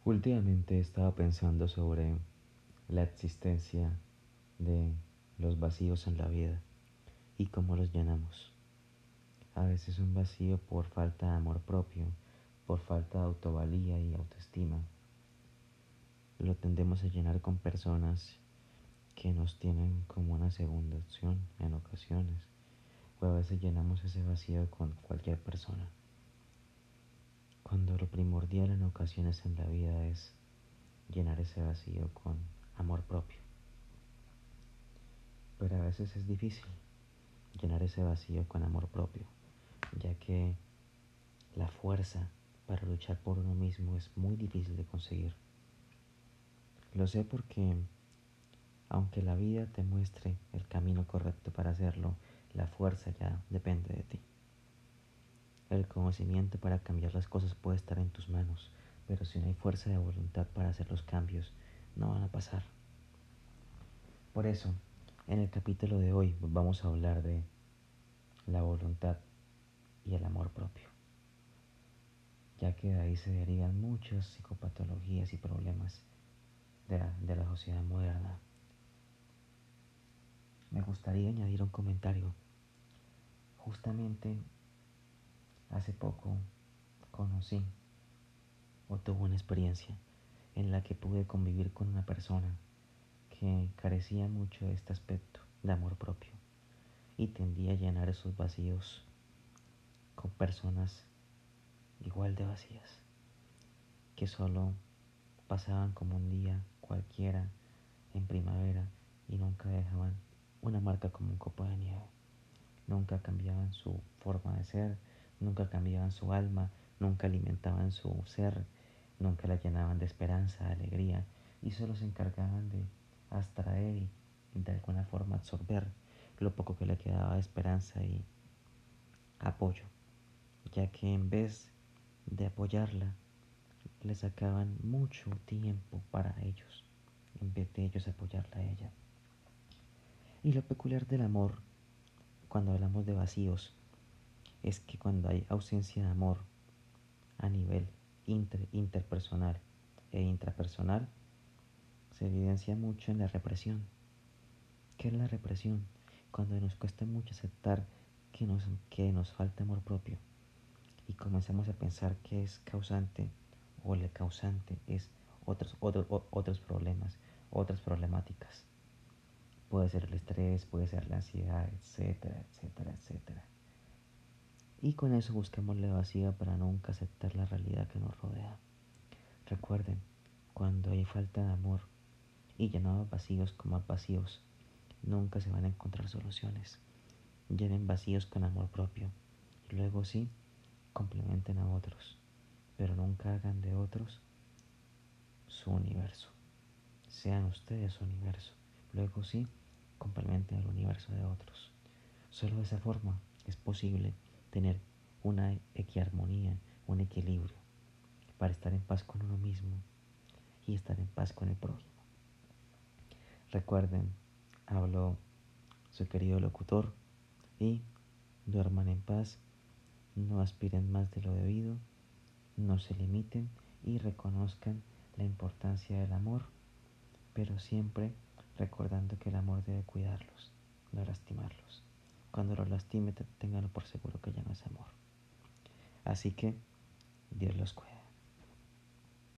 Últimamente he estado pensando sobre la existencia de los vacíos en la vida y cómo los llenamos. A veces un vacío por falta de amor propio, por falta de autovalía y autoestima. Lo tendemos a llenar con personas que nos tienen como una segunda opción en ocasiones, o a veces llenamos ese vacío con cualquier persona. Cuando lo primordial en ocasiones en la vida es llenar ese vacío con amor propio. Pero a veces es difícil llenar ese vacío con amor propio, ya que la fuerza para luchar por uno mismo es muy difícil de conseguir. Lo sé porque, aunque la vida te muestre el camino correcto para hacerlo, la fuerza ya depende de ti. El conocimiento para cambiar las cosas puede estar en tus manos, pero si no hay fuerza de voluntad para hacer los cambios, no van a pasar. Por eso, en el capítulo de hoy vamos a hablar de la voluntad y el amor propio, ya que de ahí se derivan muchas psicopatologías y problemas de la sociedad moderna. Me gustaría añadir un comentario. Justamente hace poco conocí o tuve una experiencia en la que pude convivir con una persona que carecía mucho de este aspecto de amor propio y tendía a llenar esos vacíos con personas igual de vacías, que solo pasaban como un día cualquiera en primavera y nunca dejaban una marca como un copo de nieve. Nunca cambiaban su forma de ser, nunca cambiaban su alma, nunca alimentaban su ser, nunca la llenaban de esperanza, de alegría, y solo se encargaban de abstraer y de alguna forma absorber lo poco que le quedaba de esperanza y apoyo, ya que en vez de apoyarla, le sacaban mucho tiempo para ellos, en vez de ellos apoyarla a ella. Y lo peculiar del amor, cuando hablamos de vacíos, es que cuando hay ausencia de amor a nivel interpersonal e intrapersonal, se evidencia mucho en la represión. ¿Qué es la represión? Cuando nos cuesta mucho aceptar que nos falta amor propio y comenzamos a pensar que es causante o el causante es otros problemas, otras problemáticas. Puede ser el estrés, puede ser la ansiedad, etcétera, etcétera, etcétera. Y con eso buscamos la evasiva para nunca aceptar la realidad que nos rodea. Recuerden, cuando hay falta de amor y llenamos vacíos con más vacíos, nunca se van a encontrar soluciones. Llenen vacíos con amor propio y luego sí, complementen a otros, pero nunca hagan de otros su universo. Sean ustedes su universo. Luego sí, complementen el universo de otros. Solo de esa forma es posible tener una equiarmonía, un equilibrio, para estar en paz con uno mismo y estar en paz con el prójimo. Recuerden, habló su querido locutor y duerman en paz, no aspiren más de lo debido, no se limiten y reconozcan la importancia del amor, pero siempre recordando que el amor debe cuidarlos, no lastimarlos. Cuando los lastime, ténganlo por seguro que ya no es amor. Así que Dios los cuida.